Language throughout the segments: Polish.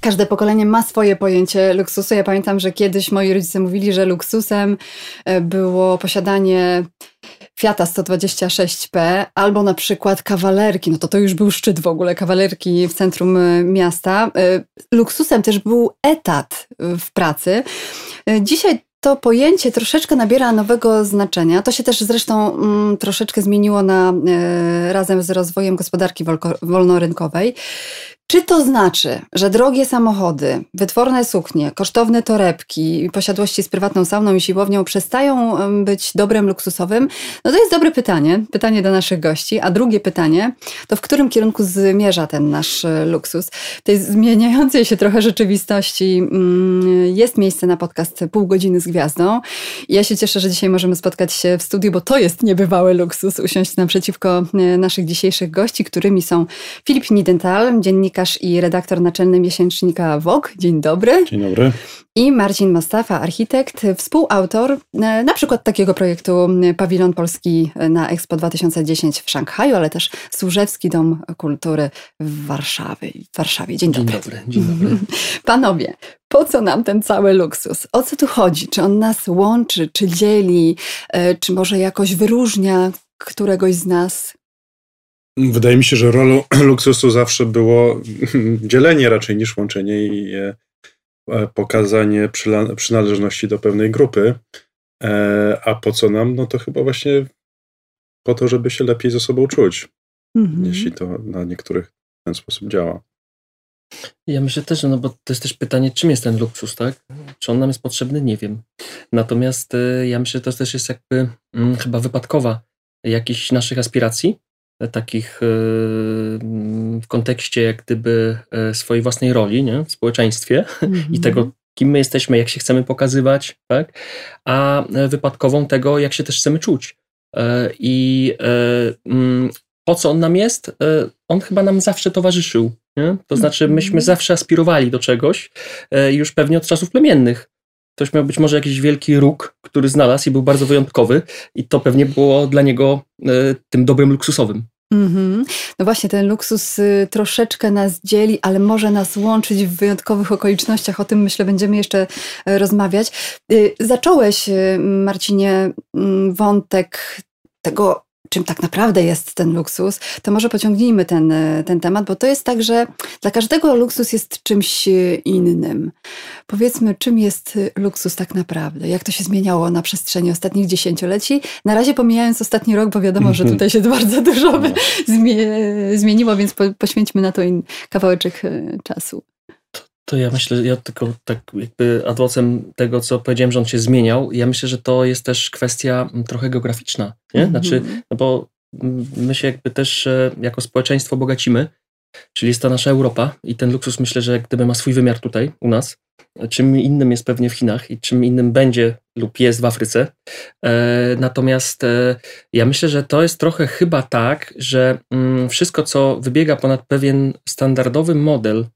Każde pokolenie ma swoje pojęcie luksusu. Ja pamiętam, że kiedyś moi rodzice mówili, że luksusem było posiadanie Fiata 126P albo na przykład kawalerki. No to już był szczyt w ogóle, kawalerki w centrum miasta. Luksusem też był etat w pracy. Dzisiaj to pojęcie troszeczkę nabiera nowego znaczenia. To się też zresztą troszeczkę zmieniło razem z rozwojem gospodarki wolnorynkowej. Czy to znaczy, że drogie samochody, wytworne suknie, kosztowne torebki, posiadłości z prywatną sauną i siłownią przestają być dobrem luksusowym? No to jest dobre pytanie. Pytanie do naszych gości. A drugie pytanie, to w którym kierunku zmierza ten nasz luksus? W tej zmieniającej się trochę rzeczywistości jest miejsce na podcast Pół godziny z gwiazdą. I ja się cieszę, że dzisiaj możemy spotkać się w studiu, bo to jest niebywały luksus, usiąść naprzeciwko naszych dzisiejszych gości, którymi są Filip Niedenthal, dziennikarz i redaktor naczelny miesięcznika Vogue. Dzień dobry. Dzień dobry. I Marcin Mostafa, architekt, współautor na przykład takiego projektu Pawilon Polski na Expo 2010 w Szanghaju, ale też Służewski Dom Kultury w Warszawie. Dzień dobry. Dzień dobry. Panowie, po co nam ten cały luksus? O co tu chodzi? Czy on nas łączy, czy dzieli, czy może jakoś wyróżnia któregoś z nas? Wydaje mi się, że rolą luksusu zawsze było dzielenie raczej niż łączenie i pokazanie przynależności do pewnej grupy. A po co nam? No to chyba właśnie po to, żeby się lepiej ze sobą czuć, jeśli to na niektórych w ten sposób działa. Ja myślę też, no bo to jest też pytanie, czym jest ten luksus, tak? Czy on nam jest potrzebny? Nie wiem. Natomiast ja myślę, że to też jest jakby chyba wypadkowa jakichś naszych aspiracji, takich w kontekście jak gdyby swojej własnej roli, nie? W społeczeństwie i tego, kim my jesteśmy, jak się chcemy pokazywać, tak? A wypadkową tego, jak się też chcemy czuć. Po co on nam jest? On chyba nam zawsze towarzyszył. Nie? To znaczy, myśmy zawsze aspirowali do czegoś już pewnie od czasów plemiennych. Ktoś miał być może jakiś wielki róg, który znalazł i był bardzo wyjątkowy i to pewnie było dla niego tym dobrem luksusowym. No właśnie, ten luksus troszeczkę nas dzieli, ale może nas łączyć w wyjątkowych okolicznościach. O tym, myślę, będziemy jeszcze rozmawiać. Zacząłeś, Marcinie, wątek tego, czym tak naprawdę jest ten luksus, to może pociągnijmy ten temat, bo to jest tak, że dla każdego luksus jest czymś innym. Powiedzmy, czym jest luksus tak naprawdę? Jak to się zmieniało na przestrzeni ostatnich dziesięcioleci? Na razie pomijając ostatni rok, bo wiadomo, że tutaj się bardzo dużo zmieniło, więc poświęćmy na to kawałeczek czasu. To ja myślę, ja tylko tak jakby adwocem tego, co powiedziałem, że on się zmieniał, ja myślę, że to jest też kwestia trochę geograficzna, nie? Znaczy, no bo my się jakby też jako społeczeństwo bogacimy, czyli jest to nasza Europa i ten luksus myślę, że jak gdyby ma swój wymiar tutaj u nas, czym innym jest pewnie w Chinach i czym innym będzie lub jest w Afryce. Natomiast ja myślę, że to jest trochę chyba tak, że wszystko, co wybiega ponad pewien standardowy model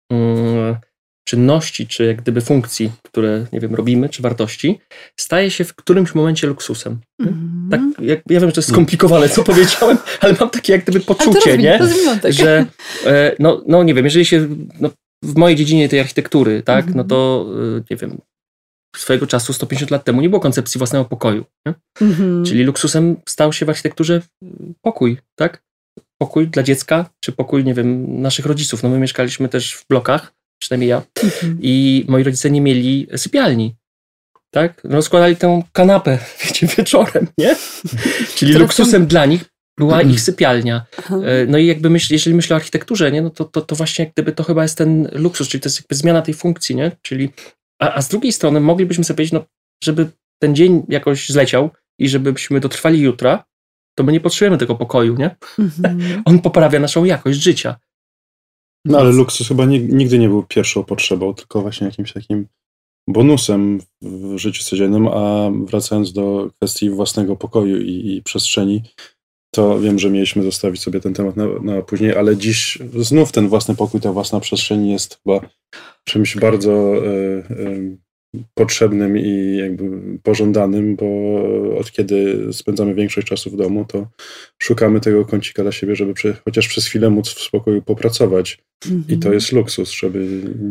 czynności, czy jak gdyby funkcji, które, nie wiem, robimy, czy wartości, staje się w którymś momencie luksusem. Tak, ja wiem, że to jest skomplikowane, co powiedziałem, ale mam takie jak gdyby poczucie, że no nie wiem, jeżeli się w mojej dziedzinie tej architektury, tak, no to nie wiem, swojego czasu, 150 lat temu, nie było koncepcji własnego pokoju. Nie? Czyli luksusem stał się w architekturze pokój, tak? Pokój dla dziecka, czy pokój, nie wiem, naszych rodziców. No my mieszkaliśmy też w blokach, przynajmniej ja, i moi rodzice nie mieli sypialni, tak? Rozkładali tę kanapę, wiecie, wieczorem, nie? Czyli luksusem dla nich była ich sypialnia. No i jakby jeżeli myślę o architekturze, nie? No to właśnie jak gdyby to chyba jest ten luksus, czyli to jest jakby zmiana tej funkcji, nie? Czyli, a z drugiej strony moglibyśmy sobie powiedzieć, no, żeby ten dzień jakoś zleciał i żebyśmy dotrwali jutra, to my nie potrzebujemy tego pokoju, nie? On poprawia naszą jakość życia. No ale luksus chyba nigdy nie był pierwszą potrzebą, tylko właśnie jakimś takim bonusem w życiu codziennym, a wracając do kwestii własnego pokoju i przestrzeni, to wiem, że mieliśmy zostawić sobie ten temat na później, ale dziś znów ten własny pokój, ta własna przestrzeń jest chyba czymś bardzo potrzebnym i jakby pożądanym, bo od kiedy spędzamy większość czasu w domu, to szukamy tego kącika dla siebie, żeby chociaż przez chwilę móc w spokoju popracować. I to jest luksus, żeby...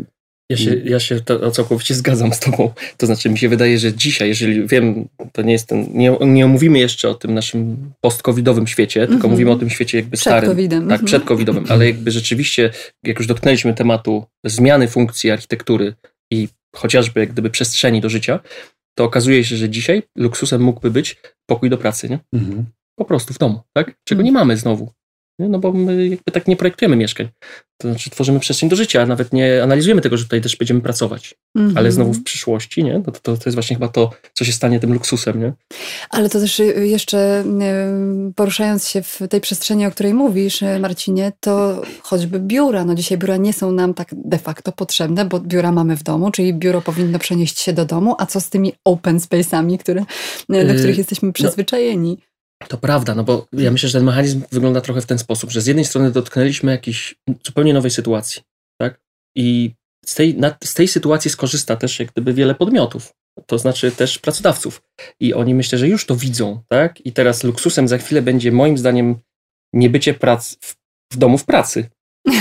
Ja się całkowicie zgadzam z tobą. To znaczy mi się wydaje, że dzisiaj, jeżeli wiem, to nie jest nie omówimy jeszcze o tym naszym post-covidowym świecie, tylko mówimy o tym świecie jakby starym. COVID-em. Tak, przed covidowym, ale jakby rzeczywiście, jak już dotknęliśmy tematu zmiany funkcji architektury i chociażby jak gdyby przestrzeni do życia, to okazuje się, że dzisiaj luksusem mógłby być pokój do pracy, nie? Po prostu w domu, tak? Czego nie mamy znowu. No bo my jakby tak nie projektujemy mieszkań. To znaczy tworzymy przestrzeń do życia, a nawet nie analizujemy tego, że tutaj też będziemy pracować. Ale znowu w przyszłości, nie? To jest właśnie chyba to, co się stanie tym luksusem, nie? Ale to też jeszcze poruszając się w tej przestrzeni, o której mówisz, Marcinie, to choćby biura. No dzisiaj biura nie są nam tak de facto potrzebne, bo biura mamy w domu, czyli biuro powinno przenieść się do domu, a co z tymi open space'ami, do których jesteśmy przyzwyczajeni? To prawda, no bo ja myślę, że ten mechanizm wygląda trochę w ten sposób, że z jednej strony dotknęliśmy jakiejś zupełnie nowej sytuacji, tak? I z tej sytuacji skorzysta też jak gdyby wiele podmiotów, to znaczy też pracodawców. I oni myślę, że już to widzą, tak? I teraz luksusem za chwilę będzie moim zdaniem niebycie w domu w pracy.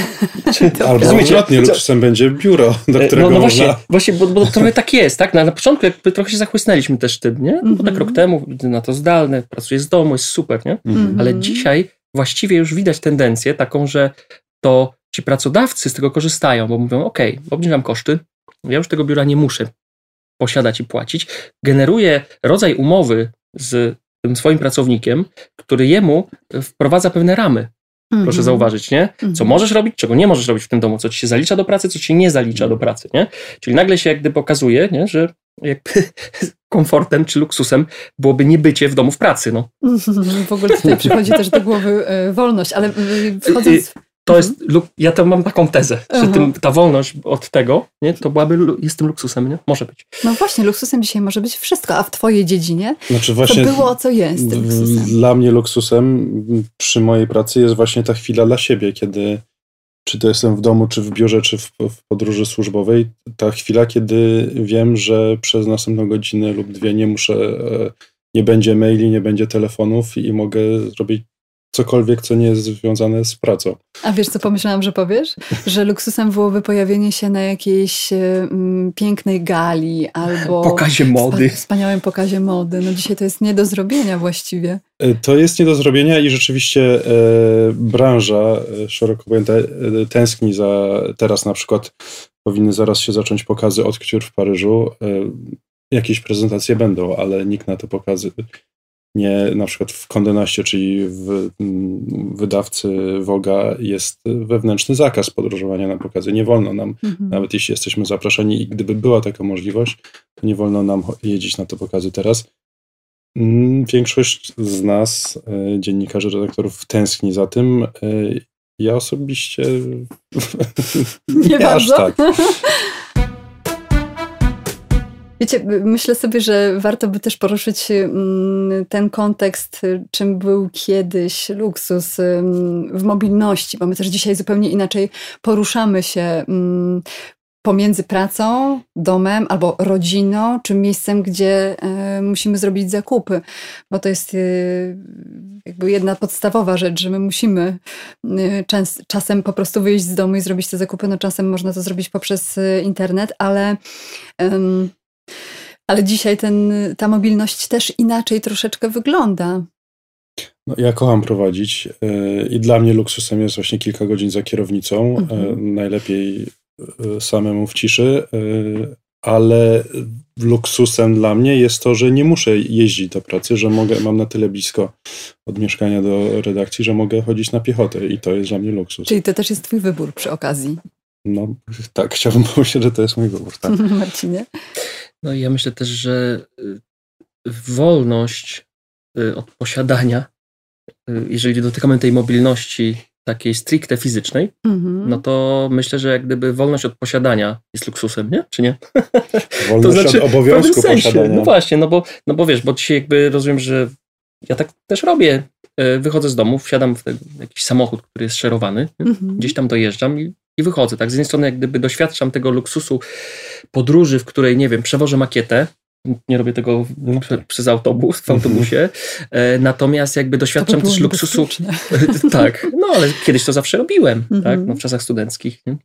Albo odwrotnie, luksusem będzie biuro, do którego właśnie, bo trochę tak jest, tak? Na początku jakby trochę się zachłysnęliśmy też tym, nie? Bo tak rok temu widzę na to zdalne, pracuję z domu, jest super, nie? Ale dzisiaj właściwie już widać tendencję taką, że to ci pracodawcy z tego korzystają, bo mówią, okej, obniżam koszty, ja już tego biura nie muszę posiadać i płacić, generuję rodzaj umowy z tym swoim pracownikiem, który jemu wprowadza pewne ramy. Proszę zauważyć, nie? Co możesz robić, czego nie możesz robić w tym domu, co ci się zalicza do pracy, co ci się nie zalicza do pracy, nie? Czyli nagle się jak gdyby okazuje, nie? Że jakby komfortem czy luksusem byłoby nie bycie w domu w pracy, no. W ogóle tutaj przychodzi też do głowy wolność, ale wchodząc... Ja to mam taką tezę, że ta wolność od tego, nie, to jest tym luksusem, nie? Może być. No właśnie, luksusem dzisiaj może być wszystko, a w twojej dziedzinie właśnie to było, co jest luksusem. Dla mnie luksusem przy mojej pracy jest właśnie ta chwila dla siebie, kiedy czy to jestem w domu, czy w biurze, czy w podróży służbowej, ta chwila, kiedy wiem, że przez następną godzinę lub dwie nie będzie maili, nie będzie telefonów i mogę zrobić cokolwiek, co nie jest związane z pracą. A wiesz, co pomyślałam, że powiesz? Że luksusem byłoby pojawienie się na jakiejś pięknej gali albo pokazie mody. Wspaniałym pokazie mody. No dzisiaj to jest nie do zrobienia właściwie. To jest nie do zrobienia i rzeczywiście branża szeroko pojęta tęskni za... Teraz na przykład powinny zaraz się zacząć pokazy Haute Couture w Paryżu. Jakieś prezentacje będą, ale nikt na te pokazy... Nie, na przykład w Condé Nast, czyli w wydawcy Vogue'a jest wewnętrzny zakaz podróżowania na pokazy. Nie wolno nam, nawet jeśli jesteśmy zapraszani i gdyby była taka możliwość, to nie wolno nam jeździć na te pokazy teraz. Większość z nas, dziennikarzy, redaktorów, tęskni za tym. Ja osobiście nie aż tak. Wiecie, myślę sobie, że warto by też poruszyć ten kontekst, czym był kiedyś luksus w mobilności, bo my też dzisiaj zupełnie inaczej poruszamy się pomiędzy pracą, domem albo rodziną, czy miejscem, gdzie musimy zrobić zakupy. Bo to jest jakby jedna podstawowa rzecz, że my musimy czasem po prostu wyjść z domu i zrobić te zakupy. No czasem można to zrobić poprzez internet, ale dzisiaj ta mobilność też inaczej troszeczkę wygląda. No, ja kocham prowadzić i dla mnie luksusem jest właśnie kilka godzin za kierownicą. Najlepiej samemu w ciszy, ale luksusem dla mnie jest to, że nie muszę jeździć do pracy, że mam na tyle blisko od mieszkania do redakcji, że mogę chodzić na piechotę i to jest dla mnie luksus. Czyli to też jest twój wybór przy okazji. No tak, chciałbym powiedzieć, że to jest mój wybór. Tak. Marcinie? No i ja myślę też, że wolność od posiadania, jeżeli dotykamy tej mobilności takiej stricte fizycznej, no to myślę, że jak gdyby wolność od posiadania jest luksusem, nie? Czy nie? Wolność to znaczy, od obowiązku posiadania. No właśnie, no bo wiesz, bo dzisiaj jakby rozumiem, że ja tak też robię. Wychodzę z domu, wsiadam w jakiś samochód, który jest szerowany, gdzieś tam dojeżdżam i i wychodzę, tak? Z jednej strony jak gdyby doświadczam tego luksusu podróży, w której, nie wiem, przewożę makietę, nie robię tego przez autobus, w autobusie, natomiast jakby doświadczam też luksusu. Tak, no ale kiedyś to zawsze robiłem, tak? No, w czasach studenckich. Nie?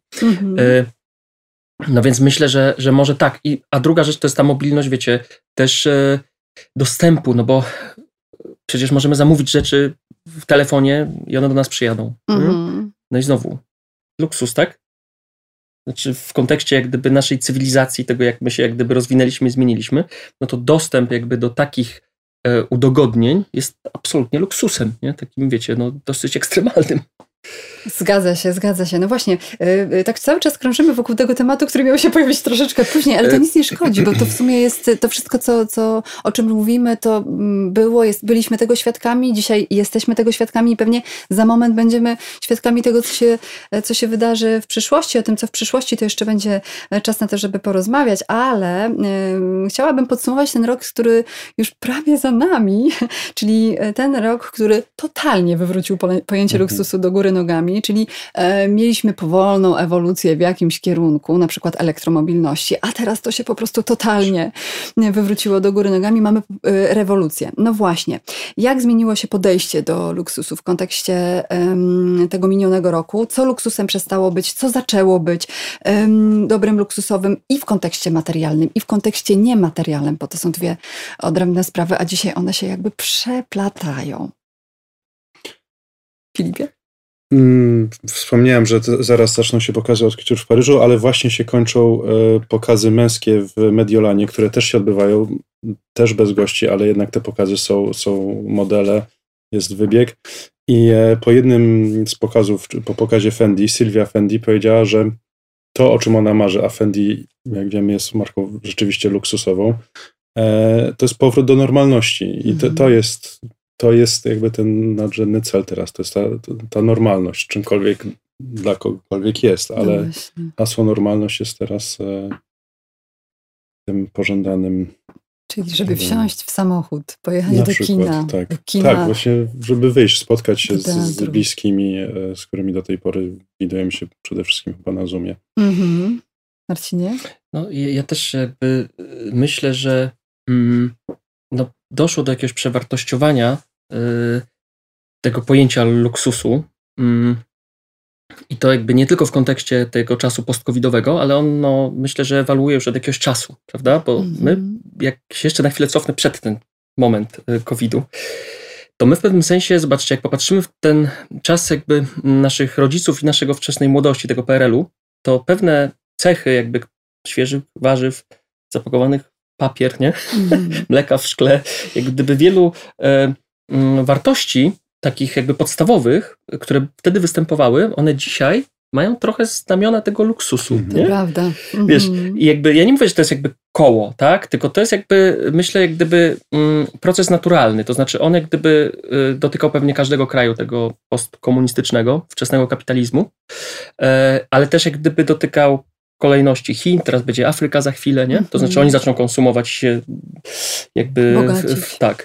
No więc myślę, że może tak. A druga rzecz to jest ta mobilność, wiecie, też dostępu, no bo przecież możemy zamówić rzeczy w telefonie i one do nas przyjadą. No i znowu, luksus, tak? Znaczy w kontekście jak gdyby naszej cywilizacji, tego jak my się jak gdyby rozwinęliśmy i zmieniliśmy, no to dostęp jakby do takich udogodnień jest absolutnie luksusem, nie? Takim, wiecie, no dosyć ekstremalnym. Zgadza się. No właśnie, tak cały czas krążymy wokół tego tematu, który miał się pojawić troszeczkę później, ale to nic nie szkodzi, bo to w sumie jest to wszystko, o czym mówimy, to byliśmy tego świadkami, dzisiaj jesteśmy tego świadkami i pewnie za moment będziemy świadkami tego, co się wydarzy w przyszłości. O tym, co w przyszłości, to jeszcze będzie czas na to, żeby porozmawiać, ale chciałabym podsumować ten rok, który już prawie za nami, czyli ten rok, który totalnie wywrócił pojęcie luksusu do góry nogami, czyli mieliśmy powolną ewolucję w jakimś kierunku, na przykład elektromobilności, a teraz to się po prostu totalnie wywróciło do góry nogami. Mamy rewolucję. No właśnie. Jak zmieniło się podejście do luksusu w kontekście tego minionego roku? Co luksusem przestało być? Co zaczęło być dobrem luksusowym i w kontekście materialnym, i w kontekście niematerialnym, bo to są dwie odrębne sprawy, a dzisiaj one się jakby przeplatają. Filipie? Wspomniałem, że zaraz zaczną się pokazy odkryć w Paryżu, ale właśnie się kończą pokazy męskie w Mediolanie, które też się odbywają, też bez gości, ale jednak te pokazy są modele, jest wybieg. I po jednym z pokazów, po pokazie Fendi, Sylvia Fendi powiedziała, że to, o czym ona marzy, a Fendi, jak wiemy, jest marką rzeczywiście luksusową, to jest powrót do normalności. I to jest jakby ten nadrzędny cel teraz. To jest ta normalność, czymkolwiek dla kogokolwiek jest, ale hasło normalność jest teraz tym pożądanym. Czyli żeby wsiąść w samochód, pojechać do kina. Tak, właśnie, żeby wyjść, spotkać się z bliskimi, z którymi do tej pory widujemy się przede wszystkim chyba na Zoomie. Marcinie? No, ja też jakby myślę, że doszło do jakiegoś przewartościowania tego pojęcia luksusu i to jakby nie tylko w kontekście tego czasu post-covidowego, ale on myślę, że ewaluuje już od jakiegoś czasu, prawda? Bo my, jak się jeszcze na chwilę cofnę przed ten moment COVID-u, to my w pewnym sensie, zobaczcie, jak popatrzymy w ten czas jakby naszych rodziców i naszego wczesnej młodości, tego PRL-u, to pewne cechy jakby świeżych warzyw zapakowanych w papier, nie? Mleka w szkle, jak gdyby wielu wartości takich jakby podstawowych, które wtedy występowały, one dzisiaj mają trochę znamiona tego luksusu. Nie? Prawda. Wiesz, i jakby, ja nie mówię, że to jest jakby koło, tak? Tylko to jest jakby, myślę, jak gdyby proces naturalny, to znaczy on jak gdyby dotykał pewnie każdego kraju tego postkomunistycznego, wczesnego kapitalizmu, ale też jak gdyby dotykał kolejności Chin, teraz będzie Afryka za chwilę, nie? To znaczy oni zaczną konsumować się jakby tak.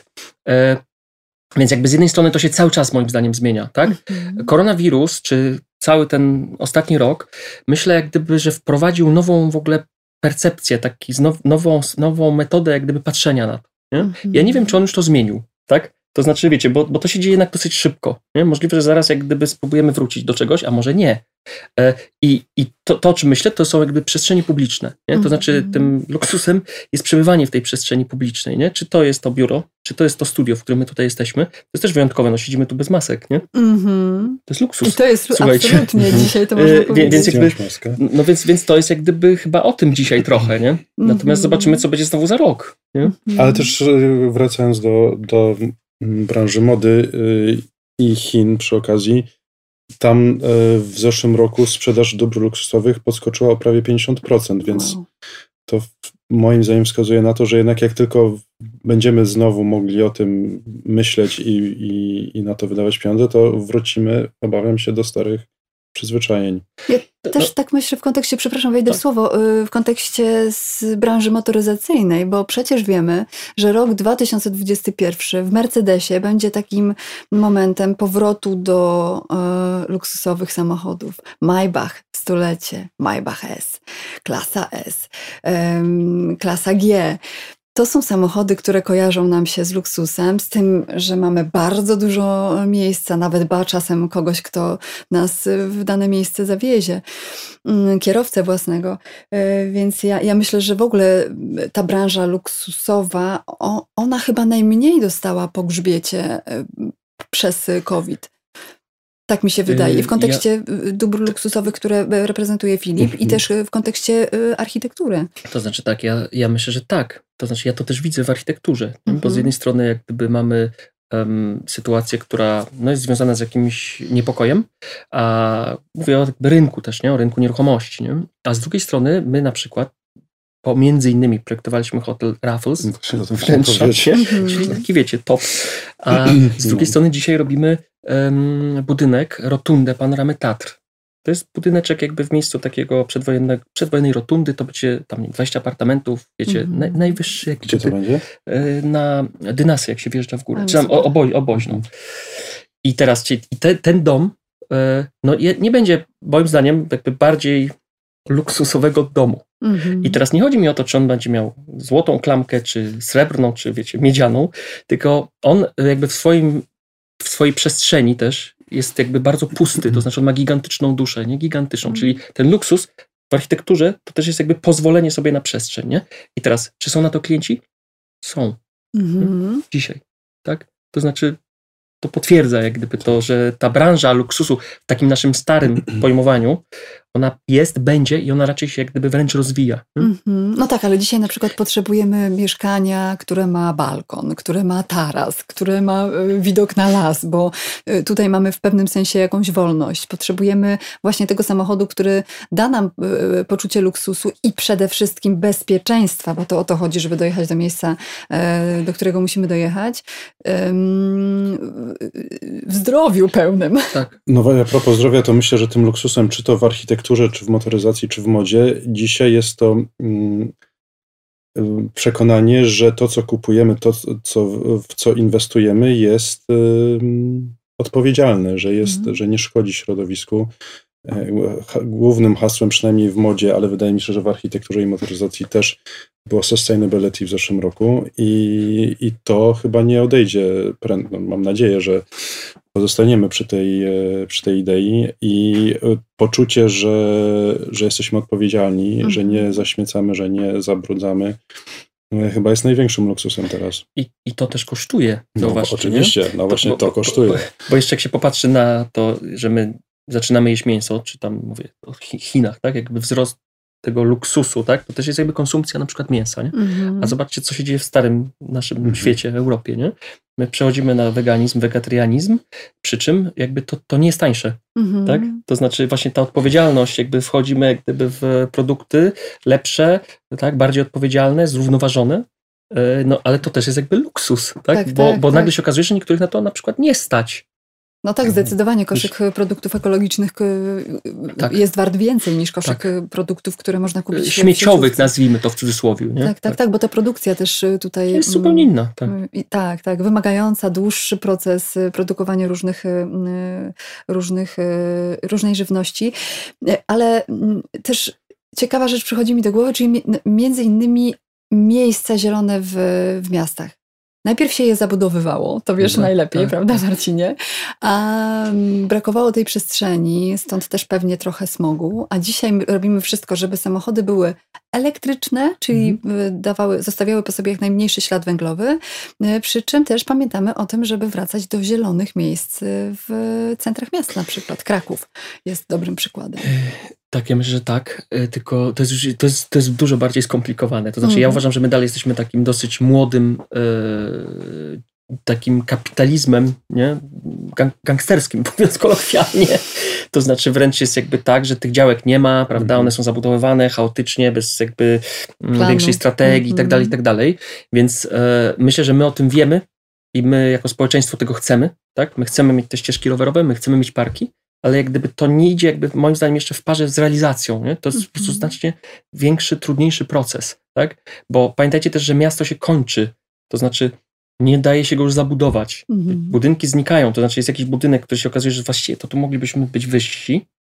Więc jakby z jednej strony to się cały czas moim zdaniem zmienia, tak? Koronawirus, czy cały ten ostatni rok, myślę jak gdyby, że wprowadził nową w ogóle percepcję, nową metodę jak gdyby patrzenia na to. Nie? Ja nie wiem, czy on już to zmienił, tak? To znaczy, wiecie, bo to się dzieje jednak dosyć szybko. Nie? Możliwe, że zaraz jak gdyby spróbujemy wrócić do czegoś, a może nie. I to, o czym myślę, to są jakby przestrzenie publiczne. Nie? To znaczy tym luksusem jest przebywanie w tej przestrzeni publicznej. Nie? Czy to jest to biuro, czy to jest to studio, w którym my tutaj jesteśmy. To jest też wyjątkowe, no siedzimy tu bez masek. Nie? To jest luksus. I to jest absolutnie dzisiaj, to można powiedzieć. Więc jakby, no więc to jest jak gdyby chyba o tym dzisiaj trochę. Nie? Natomiast zobaczymy, co będzie znowu za rok. Nie? Ale też wracając do branży mody i Chin przy okazji, tam w zeszłym roku sprzedaż dóbr luksusowych podskoczyła o prawie 50%, więc to moim zdaniem wskazuje na to, że jednak jak tylko będziemy znowu mogli o tym myśleć i na to wydawać pieniądze, to wrócimy, obawiam się, do starych przyzwyczajeń. Ja też tak myślę w kontekście, przepraszam, wejdę w słowo, w kontekście z branży motoryzacyjnej, bo przecież wiemy, że rok 2021 w Mercedesie będzie takim momentem powrotu do luksusowych samochodów. Maybach stulecie. Maybach S, klasa S, klasa G. To są samochody, które kojarzą nam się z luksusem, z tym, że mamy bardzo dużo miejsca, nawet czasem kogoś, kto nas w dane miejsce zawiezie, kierowcę własnego. Więc ja myślę, że w ogóle ta branża luksusowa, ona chyba najmniej dostała po grzbiecie przez COVID. Tak mi się wydaje. I w kontekście dóbr luksusowych, które reprezentuje Filip i też w kontekście architektury. To znaczy tak, ja myślę, że tak. To znaczy ja to też widzę w architekturze. Bo z jednej strony jak gdyby mamy sytuację, która jest związana z jakimś niepokojem, a mówię o rynku też, nie? O rynku nieruchomości. Nie? A z drugiej strony my na przykład między innymi projektowaliśmy hotel Raffles w Częstochowie, czyli taki wiecie, top. A z drugiej strony dzisiaj robimy budynek, rotundę Panoramy Tatr. To jest budyneczek jakby w miejscu takiego przedwojennej rotundy, to będzie tam 20 apartamentów, wiecie, najwyższy. Gdzie to będzie? Na Dynasy, jak się wjeżdża w górę, czy tam Oboźną. I teraz ten dom nie będzie moim zdaniem jakby bardziej luksusowego domu. I teraz nie chodzi mi o to, czy on będzie miał złotą klamkę, czy srebrną, czy wiecie, miedzianą, tylko on jakby w swojej przestrzeni też jest jakby bardzo pusty, to znaczy on ma gigantyczną duszę, nie gigantyczną, czyli ten luksus w architekturze to też jest jakby pozwolenie sobie na przestrzeń, nie? I teraz, czy są na to klienci? Są. Dzisiaj, tak? To znaczy to potwierdza jak gdyby to, że ta branża luksusu w takim naszym starym pojmowaniu, ona będzie i ona raczej się jak gdyby wręcz rozwija. No tak, ale dzisiaj na przykład potrzebujemy mieszkania, które ma balkon, które ma taras, które ma widok na las, bo tutaj mamy w pewnym sensie jakąś wolność. Potrzebujemy właśnie tego samochodu, który da nam poczucie luksusu i przede wszystkim bezpieczeństwa, bo to o to chodzi, żeby dojechać do miejsca, do którego musimy dojechać, w zdrowiu pełnym. Tak. No a propos zdrowia, to myślę, że tym luksusem, czy to w architekturze, czy w motoryzacji, czy w modzie, dzisiaj jest to przekonanie, że to, co kupujemy, to, w co inwestujemy, jest odpowiedzialne, że nie szkodzi środowisku. Głównym hasłem, przynajmniej w modzie, ale wydaje mi się, że w architekturze i motoryzacji też było sustainability w zeszłym roku i to chyba nie odejdzie prędko. Mam nadzieję, że pozostaniemy przy tej idei i poczucie, że jesteśmy odpowiedzialni, że nie zaśmiecamy, że nie zabrudzamy, chyba jest największym luksusem teraz. I to też kosztuje. Zauważcie, oczywiście, właśnie to kosztuje. Bo jeszcze jak się popatrzy na to, że my zaczynamy jeść mięso, czy tam mówię o Chinach, tak? Jakby wzrost tego luksusu, tak? To też jest jakby konsumpcja na przykład mięsa, nie? A zobaczcie, co się dzieje w starym naszym świecie, Europie, nie? My przechodzimy na weganizm, wegetarianizm, przy czym jakby to nie jest tańsze, tak? To znaczy właśnie ta odpowiedzialność, jakby wchodzimy jak gdyby w produkty lepsze, tak? Bardziej odpowiedzialne, zrównoważone, ale to też jest jakby luksus, tak? Bo nagle się okazuje, że niektórych na to na przykład nie stać. No tak, zdecydowanie koszyk produktów ekologicznych jest wart więcej niż koszyk produktów, które można kupić śmieciowych, nazwijmy to w cudzysłowie. Nie? Tak, bo ta produkcja też tutaj jest zupełnie inna. Tak, wymagająca dłuższy proces produkowania różnej żywności, ale też ciekawa rzecz przychodzi mi do głowy, czyli między innymi miejsca zielone w miastach. Najpierw się je zabudowywało, to wiesz najlepiej, prawda Marcinie? A brakowało tej przestrzeni, stąd też pewnie trochę smogu, a dzisiaj robimy wszystko, żeby samochody były elektryczne, czyli zostawiały po sobie jak najmniejszy ślad węglowy, przy czym też pamiętamy o tym, żeby wracać do zielonych miejsc w centrach miast, na przykład Kraków jest dobrym przykładem. Tak, ja myślę, że tak, tylko to jest dużo bardziej skomplikowane. To znaczy ja uważam, że my dalej jesteśmy takim dosyć młodym takim kapitalizmem, nie? Gangsterskim, mówiąc kolokwialnie. To znaczy wręcz jest jakby tak, że tych działek nie ma, prawda? One są zabudowywane chaotycznie, bez jakby większej strategii i tak dalej. Więc myślę, że my o tym wiemy i my jako społeczeństwo tego chcemy, tak? My chcemy mieć te ścieżki rowerowe, my chcemy mieć parki, ale jak gdyby to nie idzie jakby moim zdaniem jeszcze w parze z realizacją, nie? To jest po prostu znacznie większy, trudniejszy proces, tak? Bo pamiętajcie też, że miasto się kończy, to znaczy nie daje się go już zabudować. Budynki znikają, to znaczy jest jakiś budynek, który się okazuje, że właściwie to tu moglibyśmy być wyżsi,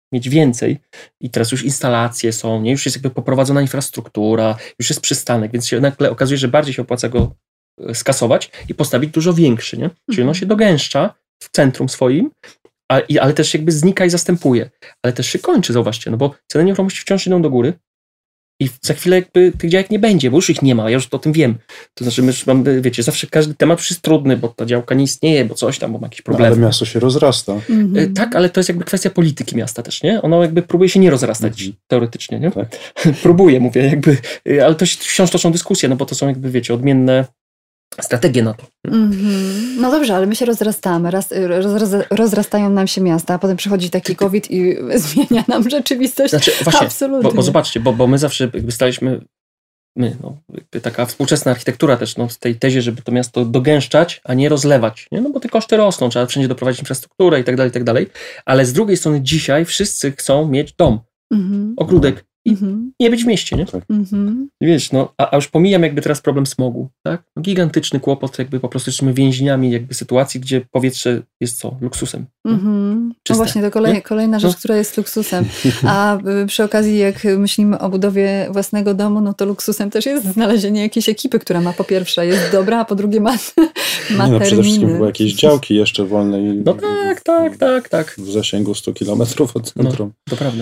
mieć więcej i teraz już instalacje są, nie? Już jest jakby poprowadzona infrastruktura, już jest przystanek, więc się nagle okazuje, że bardziej się opłaca go skasować i postawić dużo większy, nie? Czyli on się dogęszcza w centrum swoim, ale też jakby znika i zastępuje. Ale też się kończy, zauważcie, no bo ceny nieruchomości wciąż idą do góry i za chwilę jakby tych działek nie będzie, bo już ich nie ma, ja już o tym wiem. To znaczy my już mamy, wiecie, zawsze każdy temat już jest trudny, bo ta działka nie istnieje, bo coś tam, bo ma jakieś problemy. Ale miasto się rozrasta. Tak, ale to jest jakby kwestia polityki miasta też, nie? Ono jakby próbuje się nie rozrastać teoretycznie, nie? Tak. Próbuje, mówię, jakby, ale to wciąż toczą dyskusje, no bo to są jakby, wiecie, odmienne strategie na to. No dobrze, ale my się rozrastamy, rozrastają nam się miasta, a potem przychodzi taki COVID i zmienia nam rzeczywistość. Znaczy, właśnie, absolutnie. Bo zobaczcie, bo my zawsze jakby staliśmy, jakby taka współczesna architektura też, no, w tej tezie, żeby to miasto dogęszczać, a nie rozlewać, nie? No bo te koszty rosną, trzeba wszędzie doprowadzić infrastrukturę i tak dalej, ale z drugiej strony dzisiaj wszyscy chcą mieć dom, ogródek, i nie być w mieście, nie? Wiesz, no, a już pomijam jakby teraz problem smogu, tak? No, gigantyczny kłopot, jakby po prostu jesteśmy więźniami jakby sytuacji, gdzie powietrze jest co? Luksusem. No właśnie, to kolejna rzecz, która jest luksusem. A przy okazji, jak myślimy o budowie własnego domu, no to luksusem też jest znalezienie jakiejś ekipy, która ma po pierwsze jest dobra, a po drugie ma terminy. Przede wszystkim chyba jakieś działki jeszcze wolne. No tak. W zasięgu 100 kilometrów od centrum. No, to prawda.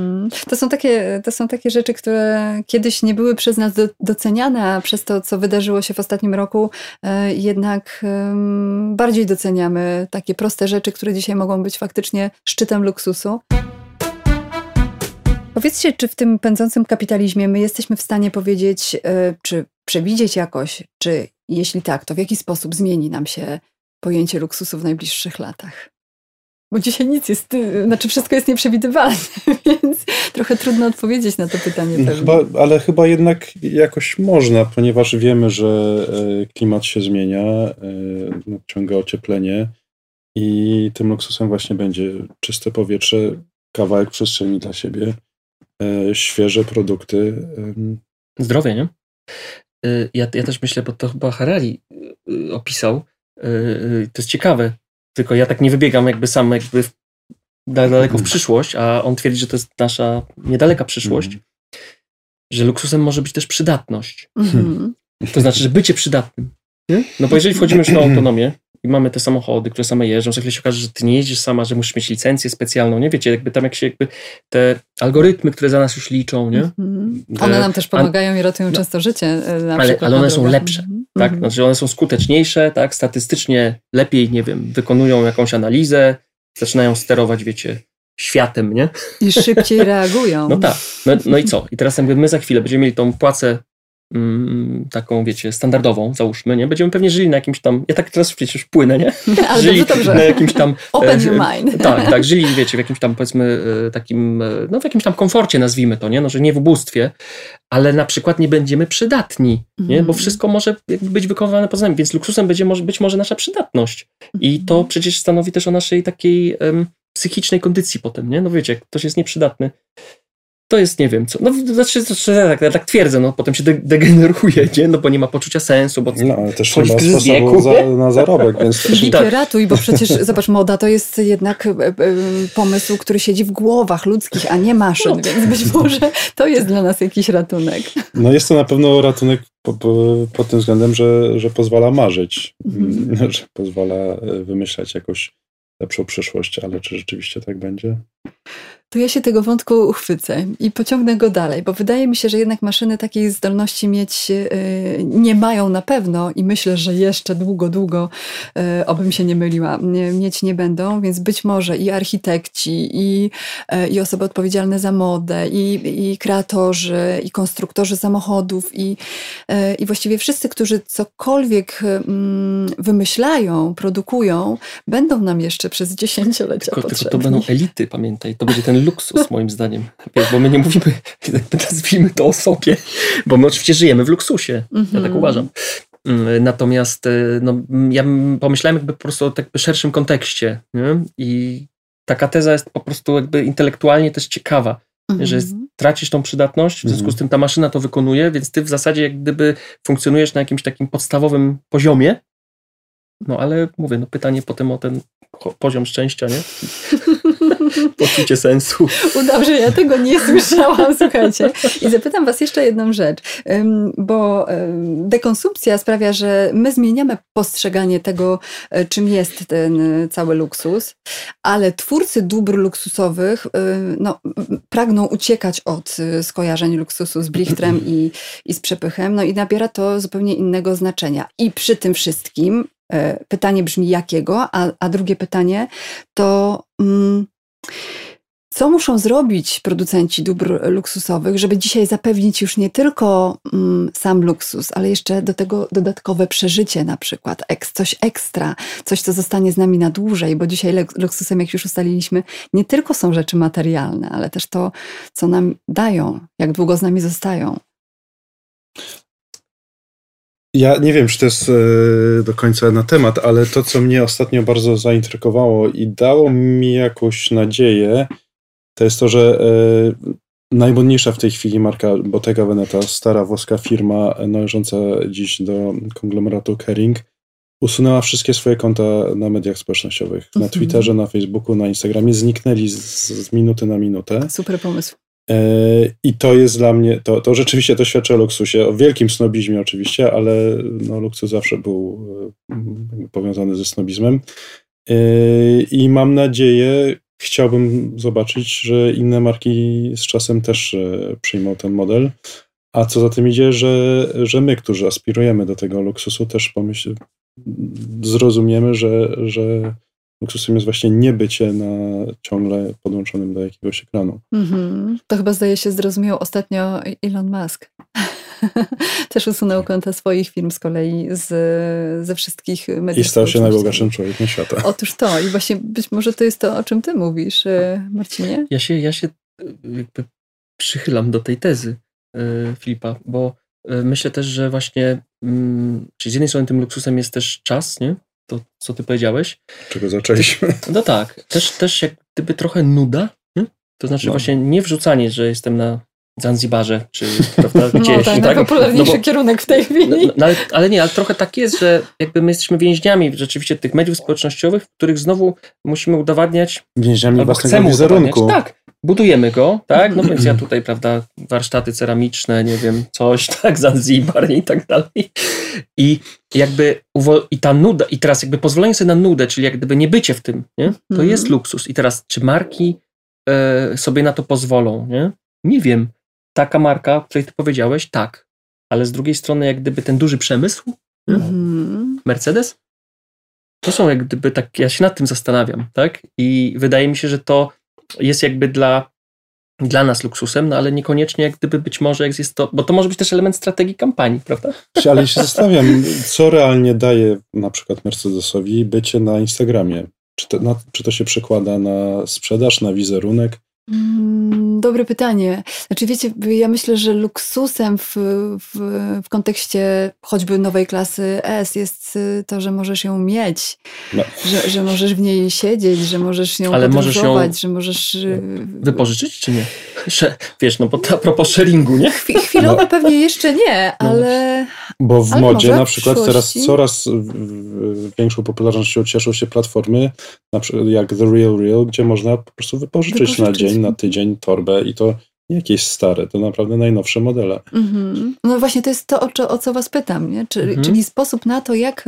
To są takie rzeczy, które kiedyś nie były przez nas doceniane, a przez to, co wydarzyło się w ostatnim roku, jednak bardziej doceniamy takie proste rzeczy, które dzisiaj mogą być faktycznie szczytem luksusu. Powiedzcie, czy w tym pędzącym kapitalizmie my jesteśmy w stanie powiedzieć, czy przewidzieć jakoś, czy jeśli tak, to w jaki sposób zmieni nam się pojęcie luksusu w najbliższych latach? Bo dzisiaj nic jest, wszystko jest nieprzewidywalne, więc trochę trudno odpowiedzieć na to pytanie. Ale chyba jednak jakoś można, ponieważ wiemy, że klimat się zmienia, nadciąga ocieplenie i tym luksusem właśnie będzie czyste powietrze, kawałek przestrzeni dla siebie, świeże produkty. Zdrowie, nie? Ja też myślę, bo to chyba Harari opisał, to jest ciekawe, tylko ja tak nie wybiegam jakby sam jakby daleko w przyszłość, a on twierdzi, że to jest nasza niedaleka przyszłość, że luksusem może być też przydatność. To znaczy, że bycie przydatnym. Nie? No bo jeżeli wchodzimy już na autonomię i mamy te samochody, które same jeżdżą, za chwilę się okaże, że ty nie jeździsz sama, że musisz mieć licencję specjalną, nie? Wiecie, jakby tam te algorytmy, które za nas już liczą, nie? One nam też pomagają i ratują często życie. Ale one są lepsze, tak? Znaczy one są skuteczniejsze, tak? Statystycznie lepiej, nie wiem, wykonują jakąś analizę, zaczynają sterować, wiecie, światem, nie? I szybciej reagują. No tak. No i co? I teraz jakby my za chwilę będziemy mieli tą płacę taką, wiecie, standardową, załóżmy, nie? Będziemy pewnie żyli na jakimś tam, ja tak teraz przecież płynę, nie? Ale żyli dobrze. na jakimś tam... Open your mind. Tak, żyli, wiecie, w jakimś tam, powiedzmy, takim, no w jakimś tam komforcie, nazwijmy to, nie? No, że nie w ubóstwie, ale na przykład nie będziemy przydatni, nie? Bo wszystko może jakby być wykonywane poza nami, więc luksusem będzie być może nasza przydatność. I to przecież stanowi też o naszej takiej psychicznej kondycji potem, nie? No wiecie, jak ktoś jest nieprzydatny, to jest nie wiem co. No znaczy, ja tak twierdzę, no potem się degeneruje, nie? No bo nie ma poczucia sensu, bo ale też nie ma sposobu na zarobek, więc też... Filipie, ratuj, bo przecież zobacz, moda to jest jednak pomysł, który siedzi w głowach ludzkich, a nie maszyn, więc być może to jest dla nas jakiś ratunek. No jest to na pewno ratunek pod tym względem, że pozwala marzyć, że pozwala wymyślać jakąś lepszą przyszłość, ale czy rzeczywiście tak będzie? To ja się tego wątku uchwycę i pociągnę go dalej, bo wydaje mi się, że jednak maszyny takiej zdolności mieć nie mają na pewno i myślę, że jeszcze długo, obym się nie myliła, mieć nie będą, więc być może i architekci, i osoby odpowiedzialne za modę, i kreatorzy, i konstruktorzy samochodów, i właściwie wszyscy, którzy cokolwiek wymyślają, produkują, będą nam jeszcze przez dziesięciolecia potrzebni. Tylko to będą elity, pamiętaj, to będzie ten luksus moim zdaniem, bo my nie mówimy, nazwijmy to o sobie, bo my oczywiście żyjemy w luksusie, ja tak uważam. Natomiast no, ja pomyślałem jakby po prostu o tak szerszym kontekście, nie? I taka teza jest po prostu jakby intelektualnie też ciekawa, że tracisz tą przydatność, w związku z tym ta maszyna to wykonuje, więc ty w zasadzie jak gdyby funkcjonujesz na jakimś takim podstawowym poziomie, no ale mówię, no pytanie potem o ten poziom szczęścia, nie? Poczucie sensu. Udał, że ja tego nie słyszałam, słuchajcie. I zapytam was jeszcze jedną rzecz, bo dekonsumpcja sprawia, że my zmieniamy postrzeganie tego, czym jest ten cały luksus, ale twórcy dóbr luksusowych pragną uciekać od skojarzeń luksusu z blichtrem i z przepychem, no i nabiera to zupełnie innego znaczenia. I przy tym wszystkim pytanie brzmi jakiego, a drugie pytanie to co muszą zrobić producenci dóbr luksusowych, żeby dzisiaj zapewnić już nie tylko sam luksus, ale jeszcze do tego dodatkowe przeżycie na przykład, coś ekstra, coś co zostanie z nami na dłużej, bo dzisiaj luksusem, jak już ustaliliśmy, nie tylko są rzeczy materialne, ale też to, co nam dają, jak długo z nami zostają. Ja nie wiem, czy to jest do końca na temat, ale to, co mnie ostatnio bardzo zaintrygowało i dało mi jakąś nadzieję, to jest to, że najmodniejsza w tej chwili marka Bottega Veneta, stara włoska firma należąca dziś do konglomeratu Kering, usunęła wszystkie swoje konta na mediach społecznościowych. Na Twitterze, na Facebooku, na Instagramie. Zniknęli z minuty na minutę. Super pomysł. I to jest dla mnie, to rzeczywiście to świadczy o luksusie, o wielkim snobizmie oczywiście, ale no, luksus zawsze był powiązany ze snobizmem. I mam nadzieję, chciałbym zobaczyć, że inne marki z czasem też przyjmą ten model. A co za tym idzie, że my, którzy aspirujemy do tego luksusu, też zrozumiemy, że luksusem jest właśnie niebycie ciągle podłączonym do jakiegoś ekranu. To chyba zdaje się zrozumiał ostatnio Elon Musk. Też usunął konta swoich firm z kolei ze wszystkich mediów. I stał się najbogatszym człowiekiem świata. Otóż to. I właśnie być może to jest to, o czym ty mówisz, Marcinie. Ja się jakby przychylam do tej tezy Filipa, bo myślę też, że właśnie czyli z jednej strony tym luksusem jest też czas, nie? To, co ty powiedziałeś. Czego zaczęliśmy. No tak. Też jak gdyby trochę nuda, nie? To znaczy właśnie nie wrzucanie, że jestem na Zanzibarze, czy prawda, gdzieś. Tak, najpopularniejszy kierunek w tej chwili. Ale trochę tak jest, że jakby my jesteśmy więźniami rzeczywiście tych mediów społecznościowych, w których znowu musimy udowadniać. Więźniami własnego wizerunku. Tak, budujemy go, tak? No więc ja tutaj, prawda, warsztaty ceramiczne, nie wiem, coś, tak, Zanzibar i tak dalej. I jakby i ta nuda, i teraz jakby pozwolenie sobie na nudę, czyli jak gdyby nie bycie w tym, nie? To jest luksus. I teraz, czy marki sobie na to pozwolą, nie? Nie wiem. Taka marka, o której ty powiedziałeś, tak. Ale z drugiej strony jak gdyby ten duży przemysł, Mercedes, to są jak gdyby tak, ja się nad tym zastanawiam, tak? I wydaje mi się, że to jest jakby dla nas luksusem, no ale niekoniecznie jak gdyby być może jest to, bo to może być też element strategii kampanii, prawda? Ale się zastanawiam, co realnie daje na przykład Mercedesowi bycie na Instagramie? Czy to się przekłada na sprzedaż, na wizerunek? Dobre pytanie. Znaczy wiecie, ja myślę, że luksusem w kontekście choćby nowej klasy S jest to, że możesz ją mieć, że możesz w niej siedzieć, że możesz ją podróżować, że możesz... Wypożyczyć czy nie? Wiesz, no bo a propos sharingu, nie? Chwilowo pewnie jeszcze nie, ale... Bo w modzie na przykład teraz coraz większą popularnością cieszą się platformy, na przykład jak The Real, gdzie można po prostu wypożyczyć na dzień, na tydzień torbę i to nie jakieś stare, to naprawdę najnowsze modele. No właśnie to jest to, o co was pytam, nie? Czyli sposób na to, jak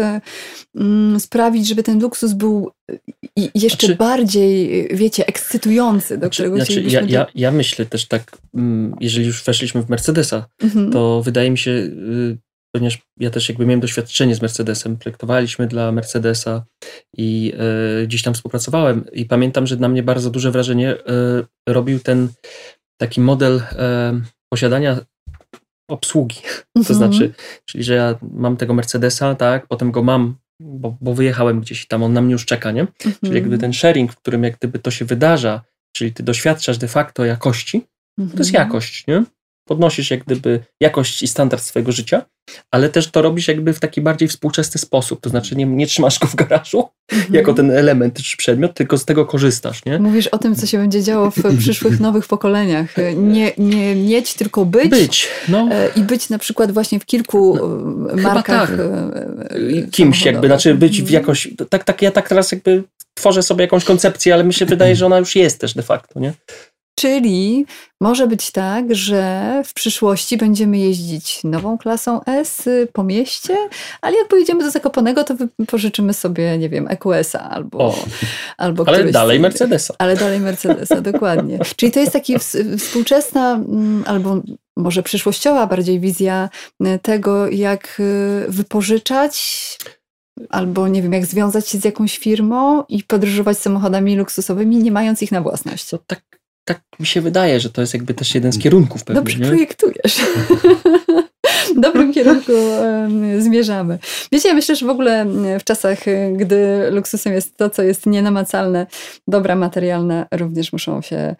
sprawić, żeby ten luksus był jeszcze bardziej, wiecie, ekscytujący, do którego ja myślę też tak, jeżeli już weszliśmy w Mercedesa, to wydaje mi się, ponieważ ja też jakby miałem doświadczenie z Mercedesem, projektowaliśmy dla Mercedesa i gdzieś tam współpracowałem i pamiętam, że na mnie bardzo duże wrażenie robił ten taki model posiadania obsługi. To znaczy, czyli że ja mam tego Mercedesa, tak, potem go mam, bo wyjechałem gdzieś i tam on na mnie już czeka, nie? Czyli jakby ten sharing, w którym jak gdyby to się wydarza, czyli ty doświadczasz de facto jakości, to jest jakość, nie? Podnosisz jak gdyby jakość i standard swojego życia, ale też to robisz jakby w taki bardziej współczesny sposób, to znaczy nie trzymasz go w garażu jako ten element czy przedmiot, tylko z tego korzystasz, nie? Mówisz o tym, co się będzie działo w przyszłych nowych pokoleniach. Nie mieć, tylko być. No. I być na przykład właśnie w kilku markach. Kimś jakby, znaczy być w jakoś, tak ja tak teraz jakby tworzę sobie jakąś koncepcję, ale mi się wydaje, że ona już jest też de facto, nie? Czyli może być tak, że w przyszłości będziemy jeździć nową klasą S po mieście, ale jak pojedziemy do Zakopanego, to pożyczymy sobie, nie wiem, EQS-a albo ale dalej Mercedesa. Ale dalej Mercedesa, dokładnie. Czyli to jest taki współczesna albo może przyszłościowa bardziej wizja tego, jak wypożyczać albo nie wiem, jak związać się z jakąś firmą i podróżować samochodami luksusowymi, nie mając ich na własność. To tak mi się wydaje, że to jest jakby też jeden z kierunków pewnie. Dobrze projektujesz. W dobrym kierunku zmierzamy. Wiecie, ja myślę, że w ogóle w czasach, gdy luksusem jest to, co jest nienamacalne, dobra materialne, również muszą się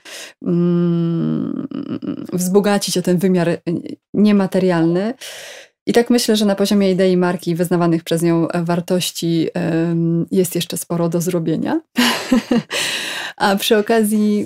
wzbogacić o ten wymiar niematerialny. I tak myślę, że na poziomie idei marki i wyznawanych przez nią wartości jest jeszcze sporo do zrobienia. A przy okazji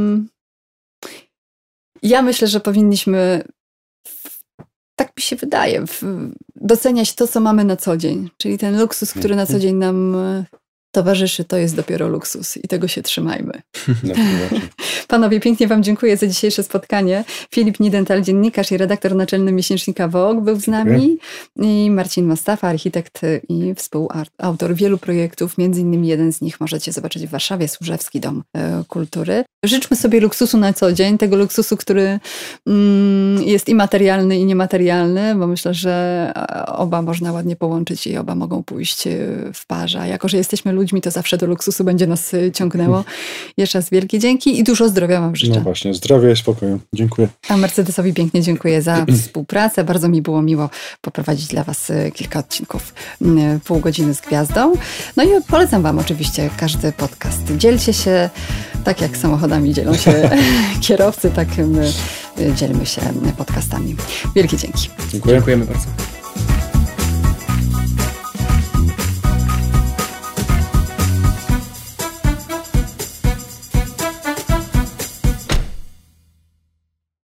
ja myślę, że powinniśmy, tak mi się wydaje, doceniać to, co mamy na co dzień. Czyli ten luksus, który na co dzień nam towarzyszy, to jest dopiero luksus i tego się trzymajmy. Panowie, pięknie wam dziękuję za dzisiejsze spotkanie. Filip Nidental, dziennikarz i redaktor naczelny miesięcznika Vogue był z nami i Marcin Mostafa, architekt i współautor wielu projektów, między innymi jeden z nich możecie zobaczyć w Warszawie, Służewski Dom Kultury. Życzmy sobie luksusu na co dzień, tego luksusu, który jest i materialny, i niematerialny, bo myślę, że oba można ładnie połączyć i oba mogą pójść w parze. A jako że jesteśmy ludźmi, to zawsze do luksusu będzie nas ciągnęło. Jeszcze raz wielkie dzięki i dużo zdrowia wam życzę. No właśnie, zdrowia i spokoju. Dziękuję. A Mercedesowi pięknie dziękuję za współpracę. Bardzo mi było miło poprowadzić dla was kilka odcinków Pół godziny z gwiazdą. No i polecam wam oczywiście każdy podcast. Dzielcie się, tak jak samochodami dzielą się kierowcy, tak my dzielmy się podcastami. Wielkie dzięki. Dziękuję. Dziękujemy bardzo.